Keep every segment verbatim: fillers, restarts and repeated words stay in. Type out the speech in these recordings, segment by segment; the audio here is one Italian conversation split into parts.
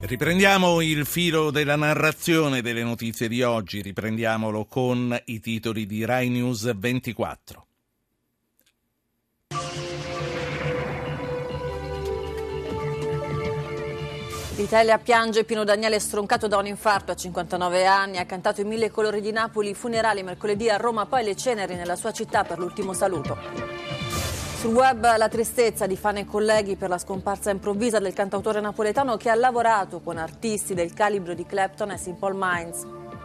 Riprendiamo il filo della narrazione delle notizie di oggi, riprendiamolo con i titoli di Rai News ventiquattro. L'Italia piange, Pino Daniele stroncato da un infarto a cinquantanove anni, ha cantato i Mille colori di Napoli, i funerali mercoledì a Roma, poi le ceneri nella sua città per l'ultimo saluto. Sul web la tristezza di fan e colleghi per la scomparsa improvvisa del cantautore napoletano che ha lavorato con artisti del calibro di Clapton e Simple Minds.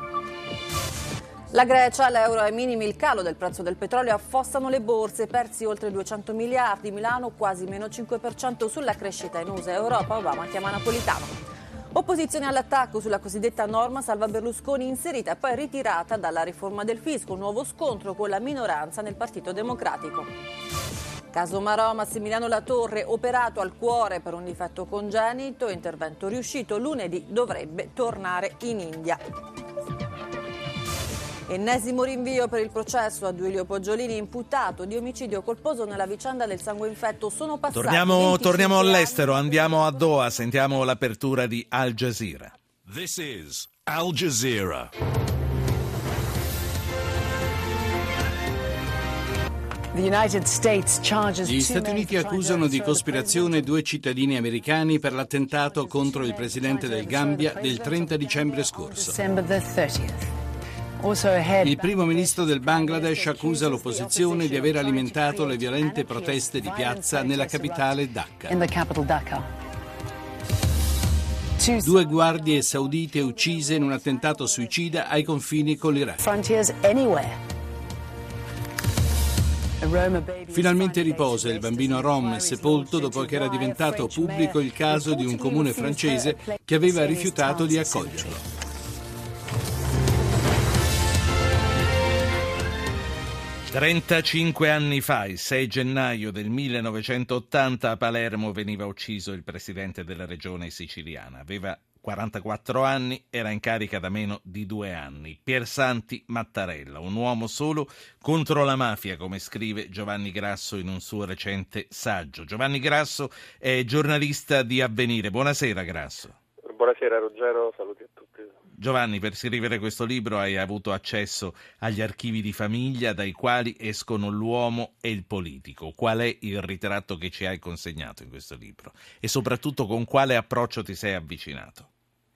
La Grecia, l'euro ai minimi, il calo del prezzo del petrolio affossano le borse, persi oltre duecento miliardi, Milano quasi meno cinque per cento sulla crescita in U S A e Europa, Obama chiama Napolitano. Opposizione all'attacco sulla cosiddetta norma salva Berlusconi inserita e poi ritirata dalla riforma del fisco, un nuovo scontro con la minoranza nel Partito Democratico. Caso Marò, Massimiliano Latorre, operato al cuore per un difetto congenito, intervento riuscito, lunedì dovrebbe tornare in India. Ennesimo rinvio per il processo a Duilio Poggiolini, imputato di omicidio colposo nella vicenda del sangue infetto. Sono passati Torniamo, torniamo anni. all'estero, andiamo a Doha, sentiamo l'apertura di Al Jazeera. This is Al Jazeera. Gli Stati Uniti accusano di cospirazione due cittadini americani per l'attentato contro il presidente del Gambia del trenta dicembre scorso. Il primo ministro del Bangladesh accusa l'opposizione di aver alimentato le violente proteste di piazza nella capitale Dhaka. Due guardie saudite uccise in un attentato suicida ai confini con l'Iraq. Finalmente riposa il bambino rom sepolto dopo che era diventato pubblico il caso di un comune francese che aveva rifiutato di accoglierlo. trentacinque anni fa, il sei gennaio del millenovecentottanta, a Palermo veniva ucciso il presidente della regione siciliana. Aveva quarantaquattro anni, era in carica da meno di due anni. Piersanti Mattarella, un uomo solo contro la mafia, come scrive Giovanni Grasso in un suo recente saggio. Giovanni Grasso è giornalista di Avvenire. Buonasera Grasso. Buonasera Ruggero, saluti a tutti. Giovanni, per scrivere questo libro hai avuto accesso agli archivi di famiglia dai quali escono l'uomo e il politico. Qual è il ritratto che ci hai consegnato in questo libro? E soprattutto con quale approccio ti sei avvicinato?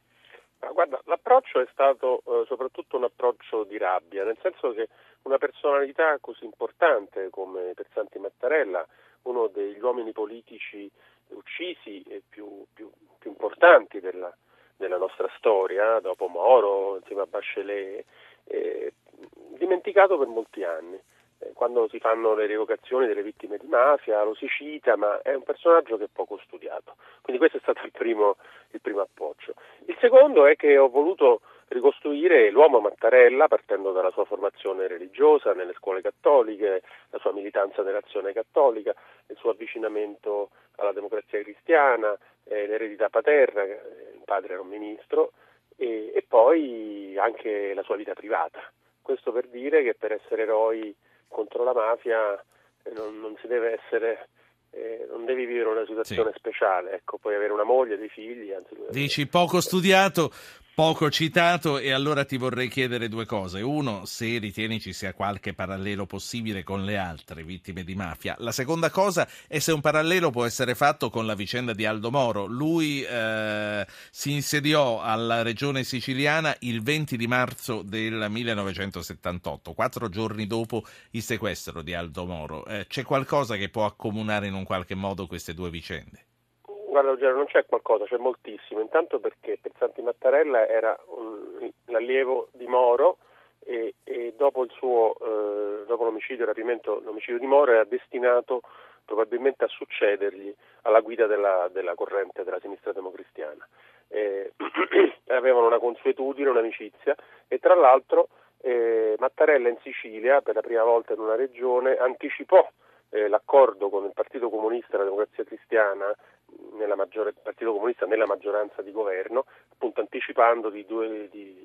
Ma guarda, l'approccio è stato eh, soprattutto un approccio di rabbia, nel senso che una personalità così importante come Piersanti Mattarella, uno degli uomini politici uccisi e più, più, più importanti della nella nostra storia, dopo Moro, insieme a Bachelet, eh, dimenticato per molti anni. Eh, quando si fanno le rievocazioni delle vittime di mafia lo si cita, ma è un personaggio che è poco studiato. Quindi questo è stato il primo, il primo approccio. Il secondo è che ho voluto ricostruire l'uomo Mattarella partendo dalla sua formazione religiosa nelle scuole cattoliche, la sua militanza nell'Azione Cattolica, il suo avvicinamento alla democrazia cristiana, eh, l'eredità paterna, il padre era un ministro, e, e poi anche la sua vita privata. Questo per dire che per essere eroi contro la mafia eh, non, non si deve essere... Eh, non devi vivere una situazione sì. speciale, ecco, puoi avere una moglie, dei figli, anzi dici poco studiato, poco citato, e allora ti vorrei chiedere due cose. Uno, se ritieni ci sia qualche parallelo possibile con le altre vittime di mafia. La seconda cosa è se un parallelo può essere fatto con la vicenda di Aldo Moro. Lui eh, si insediò alla regione siciliana il venti di marzo del millenovecentosettantotto, quattro giorni dopo il sequestro di Aldo Moro. Eh, c'è qualcosa che può accomunare in un qualche modo queste due vicende? Guarda Ruggero, non c'è qualcosa, c'è moltissimo. Intanto perché Piersanti Mattarella era un, l'allievo di Moro e, e dopo il suo eh, dopo l'omicidio, il rapimento, l'omicidio di Moro era destinato probabilmente a succedergli alla guida della, della corrente della sinistra democristiana. Eh, avevano una consuetudine, un'amicizia, e tra l'altro eh, Mattarella in Sicilia, per la prima volta in una regione, anticipò eh, l'accordo con il Partito Comunista e la Democrazia Cristiana, nella maggiore, Partito Comunista nella maggioranza di governo, appunto anticipando di, due, di,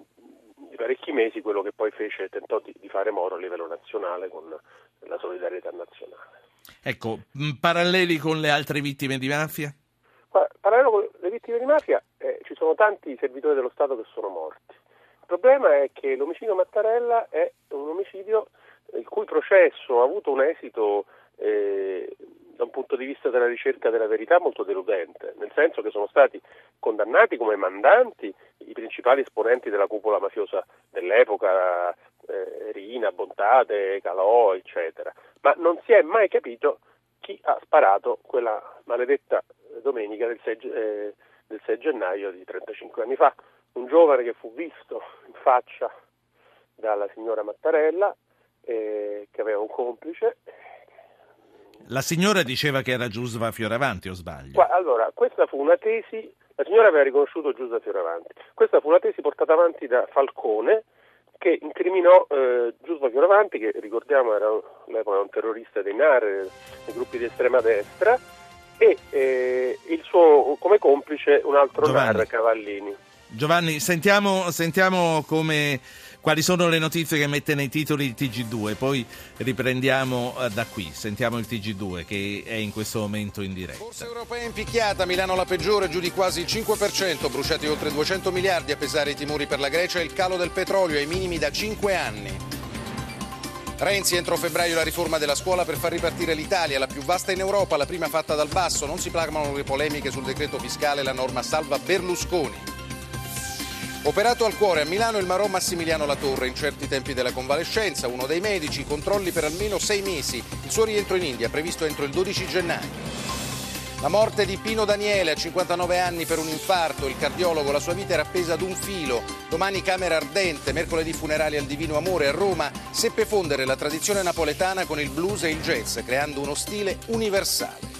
di parecchi mesi quello che poi fece, tentò di, di fare Moro a livello nazionale con la solidarietà nazionale. Ecco, paralleli con le altre vittime di mafia? Ma, parallelo con le vittime di mafia, eh, sono tanti servitori dello Stato che sono morti. Il problema è che l'omicidio Mattarella è un omicidio il cui processo ha avuto un esito eh, da un punto di vista della ricerca della verità molto deludente, nel senso che sono stati condannati come mandanti i principali esponenti della cupola mafiosa dell'epoca, eh, Rina, Bontate, Calò, eccetera, ma non si è mai capito chi ha sparato quella maledetta domenica del sei, eh, del sei gennaio di trentacinque anni fa. Un giovane che fu visto in faccia dalla signora Mattarella, eh, che aveva un complice. La signora diceva che era Giusva Fioravanti, o sbaglio? Allora, questa fu una tesi, la signora aveva riconosciuto Giusva Fioravanti, questa fu una tesi portata avanti da Falcone, che incriminò eh, Giusva Fioravanti, che ricordiamo era all'epoca un terrorista dei N A R, dei gruppi di estrema destra, e eh, il suo come complice un altro Giovanni. N A R, Cavallini. Giovanni, sentiamo, sentiamo come, quali sono le notizie che mette nei titoli il T G due, poi riprendiamo da qui. Sentiamo il T G due che è in questo momento in diretta. Borsa europea in picchiata, Milano la peggiore, giù di quasi il cinque per cento, bruciati oltre duecento miliardi a pesare i timori per la Grecia e il calo del petrolio ai minimi da cinque anni. Renzi, entro febbraio la riforma della scuola per far ripartire l'Italia, la più vasta in Europa, la prima fatta dal basso, non si plasmano le polemiche sul decreto fiscale, la norma salva Berlusconi. Operato al cuore a Milano il Marò Massimiliano Latorre, in certi tempi della convalescenza, uno dei medici, controlli per almeno sei mesi, il suo rientro in India previsto entro il dodici gennaio. La morte di Pino Daniele a cinquantanove anni per un infarto, il cardiologo, la sua vita era appesa ad un filo, domani camera ardente, mercoledì funerali al Divino Amore a Roma, seppe fondere la tradizione napoletana con il blues e il jazz, creando uno stile universale.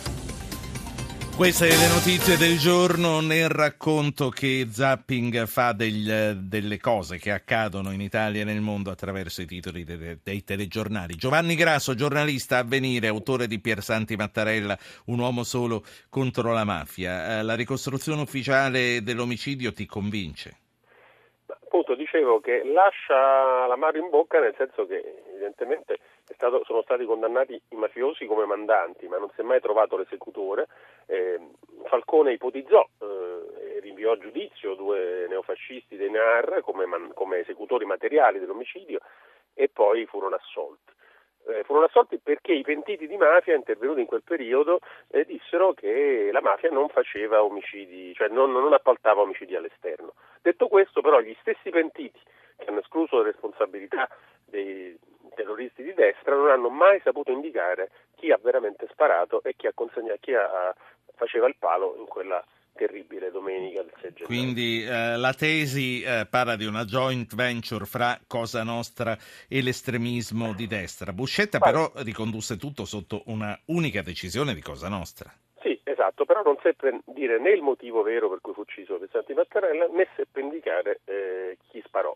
Queste le notizie del giorno nel racconto che Zapping fa degli, delle cose che accadono in Italia e nel mondo attraverso i titoli dei, dei telegiornali. Giovanni Grasso, giornalista, Avvenire, autore di Piersanti Mattarella, un uomo solo contro la mafia. La ricostruzione ufficiale dell'omicidio ti convince? Appunto dicevo che lascia l'amaro in bocca, nel senso che evidentemente è stato, sono stati condannati i mafiosi come mandanti, ma non si è mai trovato l'esecutore. Eh, Falcone ipotizzò eh, e rinviò a giudizio due neofascisti dei N A R come, man, come esecutori materiali dell'omicidio e poi furono assolti. Eh, furono assolti perché i pentiti di mafia intervenuti in quel periodo eh, dissero che la mafia non faceva omicidi, cioè non, non appaltava omicidi all'esterno. Detto questo, però, gli stessi pentiti che hanno escluso la responsabilità dei terroristi di destra non hanno mai saputo indicare chi ha veramente sparato e chi ha consegnato, chi ha, faceva il palo in quella terribile domenica del sei gennaio. Quindi eh, la tesi eh, parla di una joint venture fra Cosa Nostra e l'estremismo di destra. Buscetta però ricondusse tutto sotto una unica decisione di Cosa Nostra. Sì, esatto, però non seppe dire né il motivo vero per cui fu ucciso Piersanti Mattarella, né seppe indicare eh, chi sparò.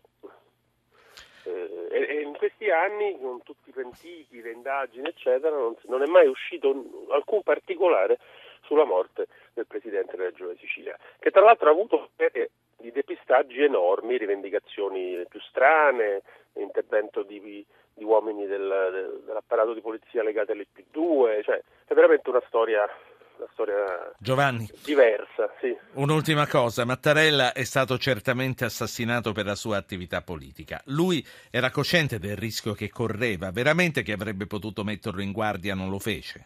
Eh, e, e in questi anni, con tutti i pentiti, le indagini, eccetera, non, non è mai uscito alcun particolare sulla morte del Presidente della Regione Sicilia, che tra l'altro ha avuto serie di depistaggi enormi, rivendicazioni più strane, intervento di, di uomini del, del, dell'apparato di polizia legati all'I P due, cioè è veramente una storia... una storia Giovanni, diversa, sì. Un'ultima cosa, Mattarella è stato certamente assassinato per la sua attività politica. Lui era cosciente del rischio che correva, veramente che avrebbe potuto metterlo in guardia, non lo fece?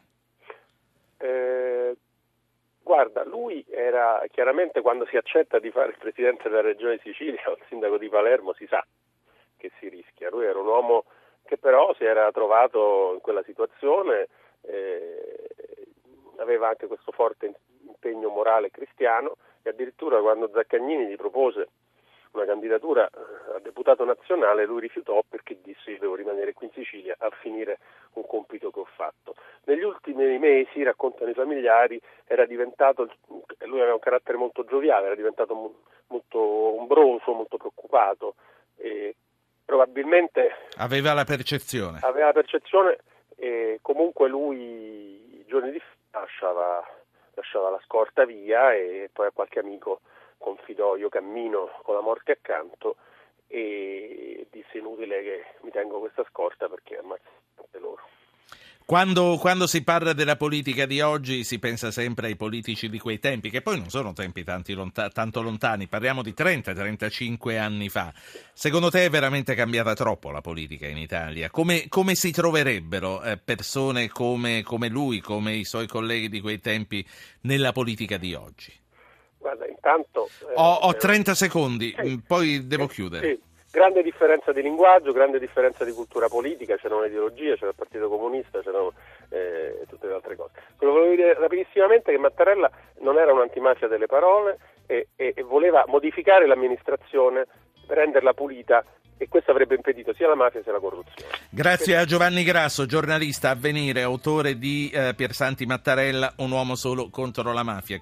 Eh, guarda, lui era, chiaramente quando si accetta di fare il Presidente della Regione Sicilia o il Sindaco di Palermo si sa che si rischia. Lui era un uomo che però si era trovato in quella situazione, eh, aveva anche questo forte impegno morale cristiano e addirittura quando Zaccagnini gli propose una candidatura a deputato nazionale lui rifiutò perché disse io devo rimanere qui in Sicilia a finire un compito che ho fatto. Negli ultimi mesi, raccontano i familiari, era diventato, lui aveva un carattere molto gioviale, era diventato molto ombroso, molto preoccupato e probabilmente aveva la percezione. Aveva la percezione e comunque lui giorni di Lasciava, lasciava la scorta via e poi a qualche amico confidò io cammino con la morte accanto e disse inutile che mi tengo questa scorta perché ammazzate loro. Quando, quando si parla della politica di oggi si pensa sempre ai politici di quei tempi, che poi non sono tempi tanti lonta- tanto lontani, parliamo di trenta trentacinque anni fa. Secondo te è veramente cambiata troppo la politica in Italia? Come, come si troverebbero eh, persone come, come lui, come i suoi colleghi di quei tempi nella politica di oggi? Guarda, intanto... Eh, ho, ho trenta secondi, sì, poi devo sì, chiudere. Sì. Grande differenza di linguaggio, grande differenza di cultura politica, c'era un'ideologia, c'era il Partito Comunista, c'erano eh, tutte le altre cose. Quello che volevo dire rapidissimamente è che Mattarella non era un'antimafia delle parole e, e, e voleva modificare l'amministrazione, renderla pulita, e questo avrebbe impedito sia la mafia sia la corruzione. Grazie a Giovanni Grasso, giornalista, Avvenire, autore di eh, Piersanti Mattarella, un uomo solo contro la mafia.